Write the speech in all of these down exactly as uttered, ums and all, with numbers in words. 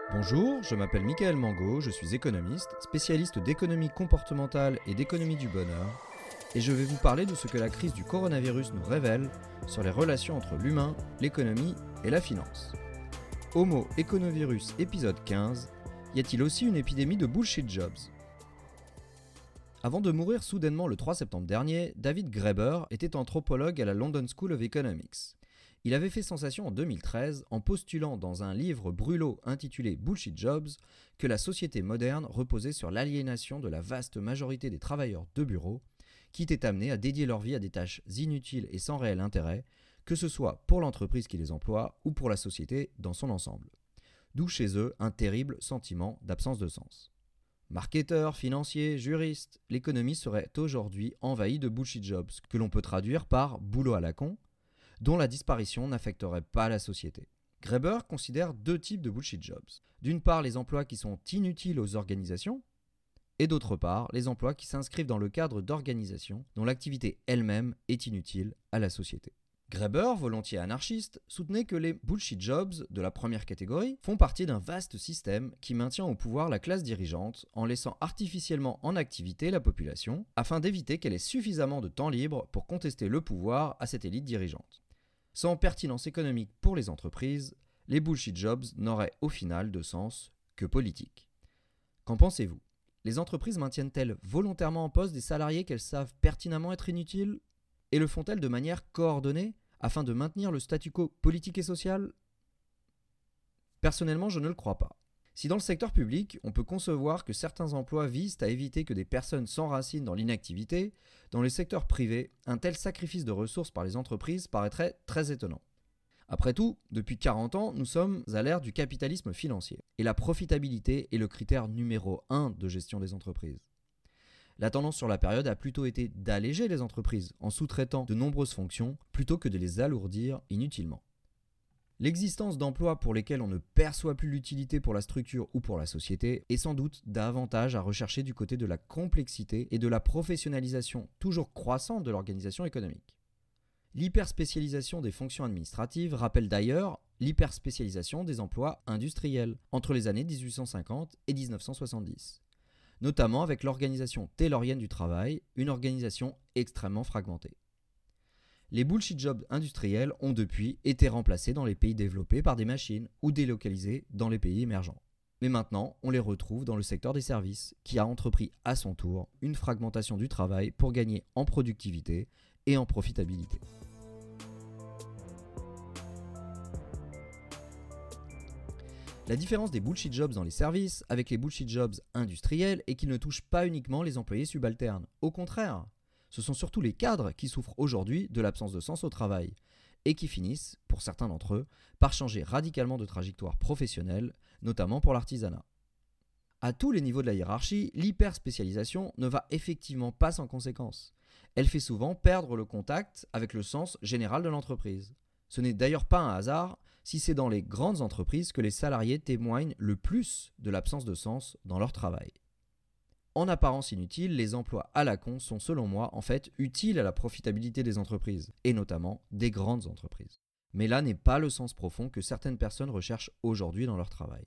Bonjour, je m'appelle Mickaël Mango, je suis économiste, spécialiste d'économie comportementale et d'économie du bonheur, et je vais vous parler de ce que la crise du coronavirus nous révèle sur les relations entre l'humain, l'économie et la finance. Homo Econovirus épisode quinze, y a-t-il aussi une épidémie de bullshit jobs ? Avant de mourir soudainement le trois septembre dernier, David Graeber était anthropologue à la London School of Economics. Il avait fait sensation en deux mille treize en postulant dans un livre brûlot intitulé Bullshit Jobs que la société moderne reposait sur l'aliénation de la vaste majorité des travailleurs de bureau qui étaient amenés à dédier leur vie à des tâches inutiles et sans réel intérêt, que ce soit pour l'entreprise qui les emploie ou pour la société dans son ensemble. D'où chez eux un terrible sentiment d'absence de sens. Marketeurs, financiers, juristes, l'économie serait aujourd'hui envahie de bullshit jobs, que l'on peut traduire par boulot à la con, dont la disparition n'affecterait pas la société. Graeber considère deux types de bullshit jobs. D'une part, les emplois qui sont inutiles aux organisations, et d'autre part, les emplois qui s'inscrivent dans le cadre d'organisations dont l'activité elle-même est inutile à la société. Graeber, volontiers anarchiste, soutenait que les bullshit jobs de la première catégorie font partie d'un vaste système qui maintient au pouvoir la classe dirigeante en laissant artificiellement en activité la population afin d'éviter qu'elle ait suffisamment de temps libre pour contester le pouvoir à cette élite dirigeante. Sans pertinence économique pour les entreprises, les bullshit jobs n'auraient au final de sens que politique. Qu'en pensez-vous ? Les entreprises maintiennent-elles volontairement en poste des salariés qu'elles savent pertinemment être inutiles ? Et le font-elles de manière coordonnée afin de maintenir le statu quo politique et social ? Personnellement, je ne le crois pas. Si dans le secteur public, on peut concevoir que certains emplois visent à éviter que des personnes s'enracinent dans l'inactivité, dans les secteurs privés, un tel sacrifice de ressources par les entreprises paraîtrait très étonnant. Après tout, depuis quarante ans, nous sommes à l'ère du capitalisme financier, et la profitabilité est le critère numéro un de gestion des entreprises. La tendance sur la période a plutôt été d'alléger les entreprises en sous-traitant de nombreuses fonctions plutôt que de les alourdir inutilement. L'existence d'emplois pour lesquels on ne perçoit plus l'utilité pour la structure ou pour la société est sans doute davantage à rechercher du côté de la complexité et de la professionnalisation toujours croissante de l'organisation économique. L'hyperspécialisation des fonctions administratives rappelle d'ailleurs l'hyperspécialisation des emplois industriels entre les années dix-huit cent cinquante et dix-neuf cent soixante-dix. Notamment avec l'organisation taylorienne du travail, une organisation extrêmement fragmentée. Les bullshit jobs industriels ont depuis été remplacés dans les pays développés par des machines ou délocalisés dans les pays émergents. Mais maintenant, on les retrouve dans le secteur des services, qui a entrepris à son tour une fragmentation du travail pour gagner en productivité et en profitabilité. La différence des bullshit jobs dans les services avec les bullshit jobs industriels est qu'ils ne touchent pas uniquement les employés subalternes. Au contraire, ce sont surtout les cadres qui souffrent aujourd'hui de l'absence de sens au travail et qui finissent, pour certains d'entre eux, par changer radicalement de trajectoire professionnelle, notamment pour l'artisanat. À tous les niveaux de la hiérarchie, l'hyperspécialisation ne va effectivement pas sans conséquence. Elle fait souvent perdre le contact avec le sens général de l'entreprise. Ce n'est d'ailleurs pas un hasard si c'est dans les grandes entreprises que les salariés témoignent le plus de l'absence de sens dans leur travail. En apparence inutiles, les emplois à la con sont selon moi en fait utiles à la profitabilité des entreprises, et notamment des grandes entreprises. Mais là n'est pas le sens profond que certaines personnes recherchent aujourd'hui dans leur travail.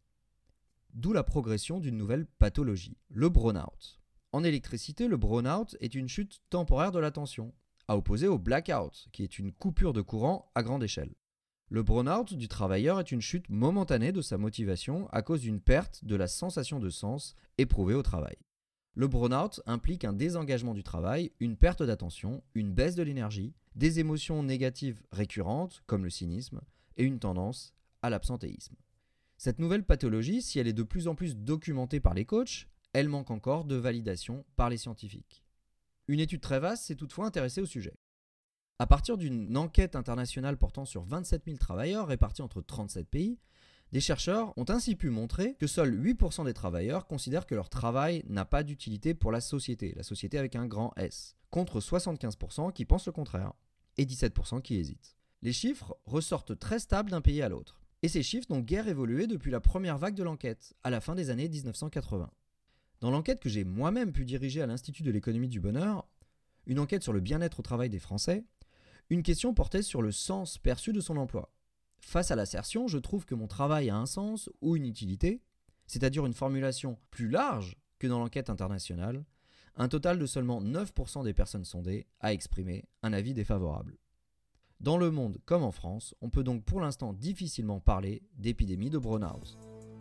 D'où la progression d'une nouvelle pathologie, le burn-out. En électricité, le burn-out est une chute temporaire de la tension, à opposer au blackout, qui est une coupure de courant à grande échelle. Le burn-out du travailleur est une chute momentanée de sa motivation à cause d'une perte de la sensation de sens éprouvée au travail. Le burn-out implique un désengagement du travail, une perte d'attention, une baisse de l'énergie, des émotions négatives récurrentes comme le cynisme et une tendance à l'absentéisme. Cette nouvelle pathologie, si elle est de plus en plus documentée par les coachs, elle manque encore de validation par les scientifiques. Une étude très vaste s'est toutefois intéressée au sujet. À partir d'une enquête internationale portant sur vingt-sept mille travailleurs répartis entre trente-sept pays, des chercheurs ont ainsi pu montrer que seuls huit pour cent des travailleurs considèrent que leur travail n'a pas d'utilité pour la société, la société avec un grand S, contre soixante-quinze pour cent qui pensent le contraire, et dix-sept pour cent qui hésitent. Les chiffres ressortent très stables d'un pays à l'autre, et ces chiffres n'ont guère évolué depuis la première vague de l'enquête, à la fin des années dix-neuf cent quatre-vingts. Dans l'enquête que j'ai moi-même pu diriger à l'Institut de l'économie du bonheur, une enquête sur le bien-être au travail des Français, une question portait sur le sens perçu de son emploi. Face à l'assertion, je trouve que mon travail a un sens ou une utilité, c'est-à-dire une formulation plus large que dans l'enquête internationale, un total de seulement neuf pour cent des personnes sondées a exprimé un avis défavorable. Dans le monde comme en France, on peut donc pour l'instant difficilement parler d'épidémie de burn-out.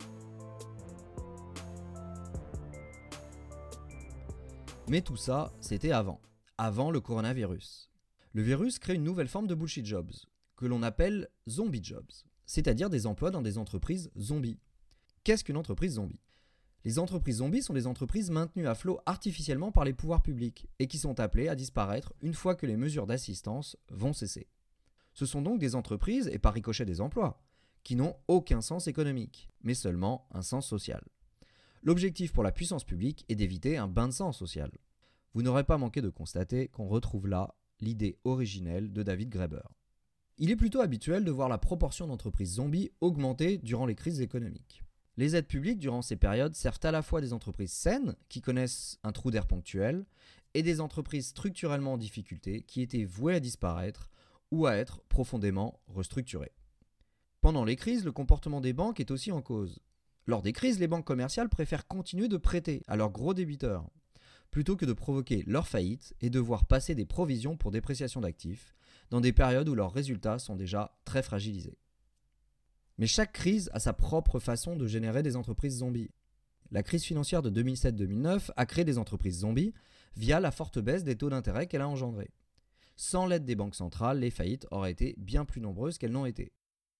Mais tout ça, c'était avant, avant le coronavirus. Le virus crée une nouvelle forme de bullshit jobs, que l'on appelle zombie jobs, c'est-à-dire des emplois dans des entreprises zombies. Qu'est-ce qu'une entreprise zombie ? Les entreprises zombies sont des entreprises maintenues à flot artificiellement par les pouvoirs publics et qui sont appelées à disparaître une fois que les mesures d'assistance vont cesser. Ce sont donc des entreprises, et par ricochet des emplois, qui n'ont aucun sens économique, mais seulement un sens social. L'objectif pour la puissance publique est d'éviter un bain de sang social. Vous n'aurez pas manqué de constater qu'on retrouve là l'idée originelle de David Graeber. Il est plutôt habituel de voir la proportion d'entreprises zombies augmenter durant les crises économiques. Les aides publiques durant ces périodes servent à la fois des entreprises saines qui connaissent un trou d'air ponctuel et des entreprises structurellement en difficulté qui étaient vouées à disparaître ou à être profondément restructurées. Pendant les crises, le comportement des banques est aussi en cause. Lors des crises, les banques commerciales préfèrent continuer de prêter à leurs gros débiteurs, plutôt que de provoquer leur faillite et devoir passer des provisions pour dépréciation d'actifs, dans des périodes où leurs résultats sont déjà très fragilisés. Mais chaque crise a sa propre façon de générer des entreprises zombies. La crise financière de deux mille sept deux mille neuf a créé des entreprises zombies via la forte baisse des taux d'intérêt qu'elle a engendrée. Sans l'aide des banques centrales, les faillites auraient été bien plus nombreuses qu'elles n'ont été.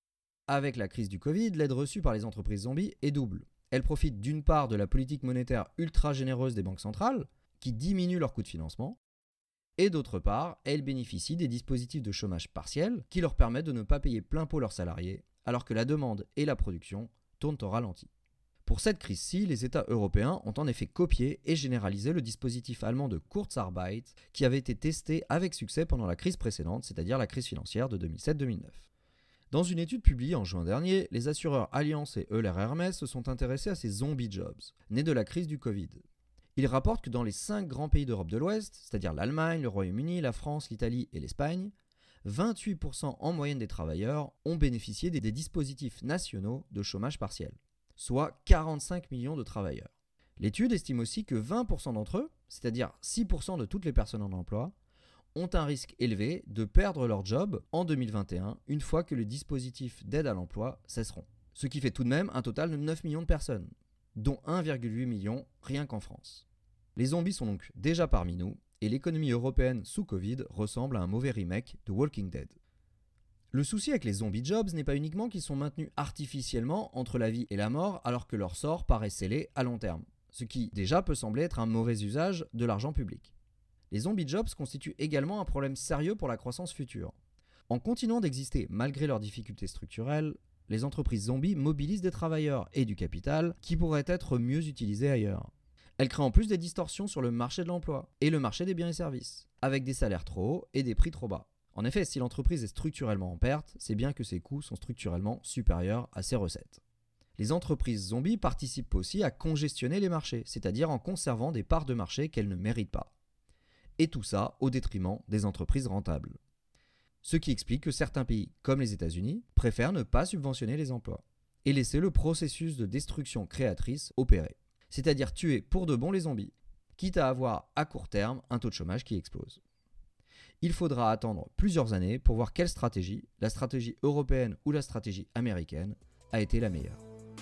Avec la crise du Covid, l'aide reçue par les entreprises zombies est double. Elle profite d'une part de la politique monétaire ultra généreuse des banques centrales, qui diminue leur coût de financement, et d'autre part, elle bénéficie des dispositifs de chômage partiel qui leur permettent de ne pas payer plein pot leurs salariés, alors que la demande et la production tournent au ralenti. Pour cette crise-ci, les États européens ont en effet copié et généralisé le dispositif allemand de Kurzarbeit qui avait été testé avec succès pendant la crise précédente, c'est-à-dire la crise financière de deux mille sept deux mille neuf. Dans une étude publiée en juin dernier, les assureurs Allianz et Euler Hermès se sont intéressés à ces zombie jobs, nés de la crise du Covid. Ils rapportent que dans les cinq grands pays d'Europe de l'Ouest, c'est-à-dire l'Allemagne, le Royaume-Uni, la France, l'Italie et l'Espagne, vingt-huit pour cent en moyenne des travailleurs ont bénéficié des dispositifs nationaux de chômage partiel, soit quarante-cinq millions de travailleurs. L'étude estime aussi que vingt pour cent d'entre eux, c'est-à-dire six pour cent de toutes les personnes en emploi, ont un risque élevé de perdre leur job en deux mille vingt et un une fois que les dispositifs d'aide à l'emploi cesseront. Ce qui fait tout de même un total de neuf millions de personnes, dont un virgule huit million rien qu'en France. Les zombies sont donc déjà parmi nous, et l'économie européenne sous Covid ressemble à un mauvais remake de Walking Dead. Le souci avec les zombie jobs n'est pas uniquement qu'ils sont maintenus artificiellement entre la vie et la mort alors que leur sort paraît scellé à long terme, ce qui déjà peut sembler être un mauvais usage de l'argent public. Les zombie jobs constituent également un problème sérieux pour la croissance future. En continuant d'exister malgré leurs difficultés structurelles, les entreprises zombies mobilisent des travailleurs et du capital qui pourraient être mieux utilisés ailleurs. Elles créent en plus des distorsions sur le marché de l'emploi et le marché des biens et services, avec des salaires trop hauts et des prix trop bas. En effet, si l'entreprise est structurellement en perte, c'est bien que ses coûts sont structurellement supérieurs à ses recettes. Les entreprises zombies participent aussi à congestionner les marchés, c'est-à-dire en conservant des parts de marché qu'elles ne méritent pas. Et tout ça au détriment des entreprises rentables. Ce qui explique que certains pays, comme les États-Unis, préfèrent ne pas subventionner les emplois et laisser le processus de destruction créatrice opérer, c'est-à-dire tuer pour de bon les zombies, quitte à avoir à court terme un taux de chômage qui explose. Il faudra attendre plusieurs années pour voir quelle stratégie, la stratégie européenne ou la stratégie américaine, a été la meilleure.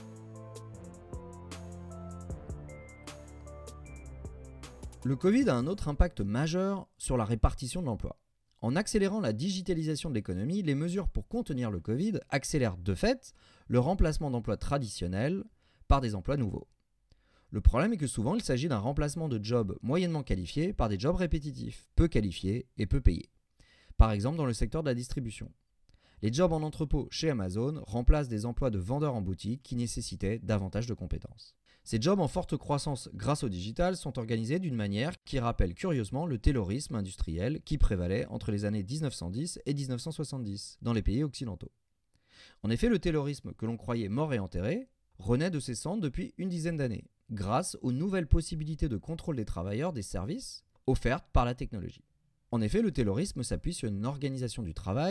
Le Covid a un autre impact majeur sur la répartition de l'emploi. En accélérant la digitalisation de l'économie, les mesures pour contenir le Covid accélèrent de fait le remplacement d'emplois traditionnels par des emplois nouveaux. Le problème est que souvent il s'agit d'un remplacement de jobs moyennement qualifiés par des jobs répétitifs, peu qualifiés et peu payés. Par exemple dans le secteur de la distribution. Les jobs en entrepôt chez Amazon remplacent des emplois de vendeurs en boutique qui nécessitaient davantage de compétences. Ces jobs en forte croissance grâce au digital sont organisés d'une manière qui rappelle curieusement le taylorisme industriel qui prévalait entre les années dix-neuf cent dix et dix-neuf cent soixante-dix dans les pays occidentaux. En effet, le taylorisme que l'on croyait mort et enterré renaît de ses cendres depuis une dizaine d'années, grâce aux nouvelles possibilités de contrôle des travailleurs des services offertes par la technologie. En effet, le taylorisme s'appuie sur une organisation du travail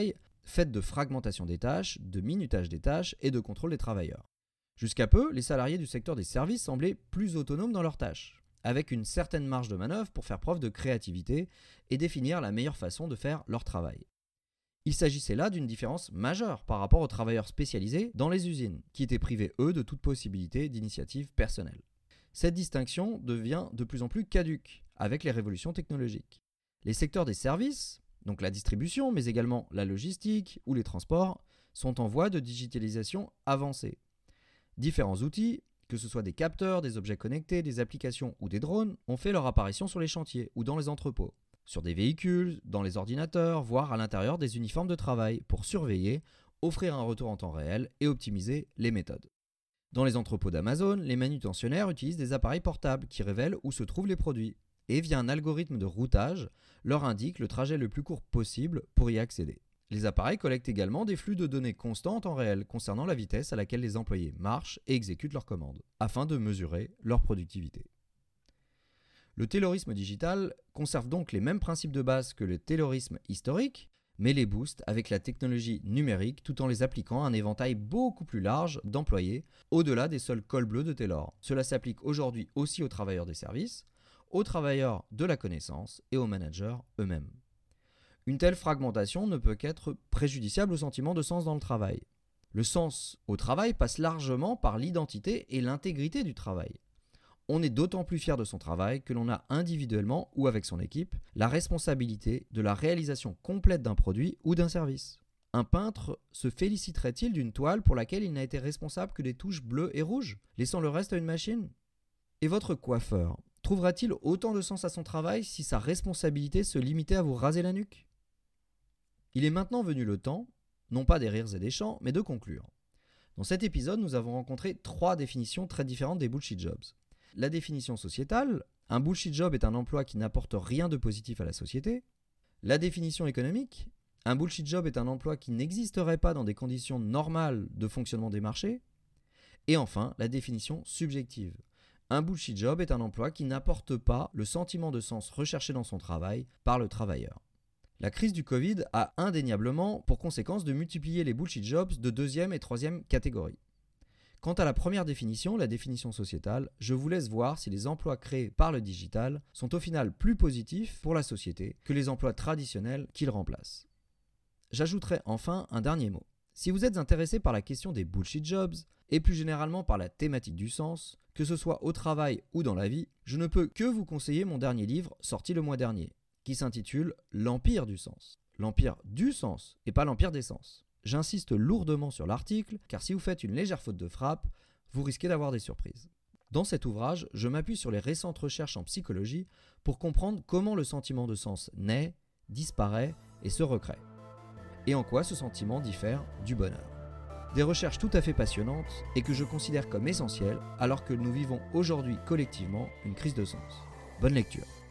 faite de fragmentation des tâches, de minutage des tâches et de contrôle des travailleurs. Jusqu'à peu, les salariés du secteur des services semblaient plus autonomes dans leurs tâches, avec une certaine marge de manœuvre pour faire preuve de créativité et définir la meilleure façon de faire leur travail. Il s'agissait là d'une différence majeure par rapport aux travailleurs spécialisés dans les usines, qui étaient privés, eux, de toute possibilité d'initiative personnelle. Cette distinction devient de plus en plus caduque avec les révolutions technologiques. Les secteurs des services, donc la distribution, mais également la logistique ou les transports, sont en voie de digitalisation avancée. Différents outils, que ce soit des capteurs, des objets connectés, des applications ou des drones, ont fait leur apparition sur les chantiers ou dans les entrepôts, sur des véhicules, dans les ordinateurs, voire à l'intérieur des uniformes de travail pour surveiller, offrir un retour en temps réel et optimiser les méthodes. Dans les entrepôts d'Amazon, les manutentionnaires utilisent des appareils portables qui révèlent où se trouvent les produits et via un algorithme de routage, leur indiquent le trajet le plus court possible pour y accéder. Les appareils collectent également des flux de données constants en temps réel concernant la vitesse à laquelle les employés marchent et exécutent leurs commandes, afin de mesurer leur productivité. Le taylorisme digital conserve donc les mêmes principes de base que le taylorisme historique, mais les booste avec la technologie numérique tout en les appliquant à un éventail beaucoup plus large d'employés, au-delà des seuls cols bleus de Taylor. Cela s'applique aujourd'hui aussi aux travailleurs des services, aux travailleurs de la connaissance et aux managers eux-mêmes. Une telle fragmentation ne peut qu'être préjudiciable au sentiment de sens dans le travail. Le sens au travail passe largement par l'identité et l'intégrité du travail. On est d'autant plus fier de son travail que l'on a individuellement ou avec son équipe la responsabilité de la réalisation complète d'un produit ou d'un service. Un peintre se féliciterait-il d'une toile pour laquelle il n'a été responsable que des touches bleues et rouges, laissant le reste à une machine ? Et votre coiffeur trouvera-t-il autant de sens à son travail si sa responsabilité se limitait à vous raser la nuque ? Il est maintenant venu le temps, non pas des rires et des chants, mais de conclure. Dans cet épisode, nous avons rencontré trois définitions très différentes des bullshit jobs. La définition sociétale, un bullshit job est un emploi qui n'apporte rien de positif à la société. La définition économique, un bullshit job est un emploi qui n'existerait pas dans des conditions normales de fonctionnement des marchés. Et enfin, la définition subjective. Un bullshit job est un emploi qui n'apporte pas le sentiment de sens recherché dans son travail par le travailleur. La crise du Covid a indéniablement pour conséquence de multiplier les bullshit jobs de deuxième et troisième catégorie. Quant à la première définition, la définition sociétale, je vous laisse voir si les emplois créés par le digital sont au final plus positifs pour la société que les emplois traditionnels qu'ils remplacent. J'ajouterai enfin un dernier mot. Si vous êtes intéressé par la question des bullshit jobs, et plus généralement par la thématique du sens, que ce soit au travail ou dans la vie, je ne peux que vous conseiller mon dernier livre sorti le mois dernier, qui s'intitule « L'Empire du sens ». L'Empire du sens et pas l'Empire des sens. J'insiste lourdement sur l'article, car si vous faites une légère faute de frappe, vous risquez d'avoir des surprises. Dans cet ouvrage, je m'appuie sur les récentes recherches en psychologie pour comprendre comment le sentiment de sens naît, disparaît et se recrée. Et en quoi ce sentiment diffère du bonheur. Des recherches tout à fait passionnantes et que je considère comme essentielles alors que nous vivons aujourd'hui collectivement une crise de sens. Bonne lecture.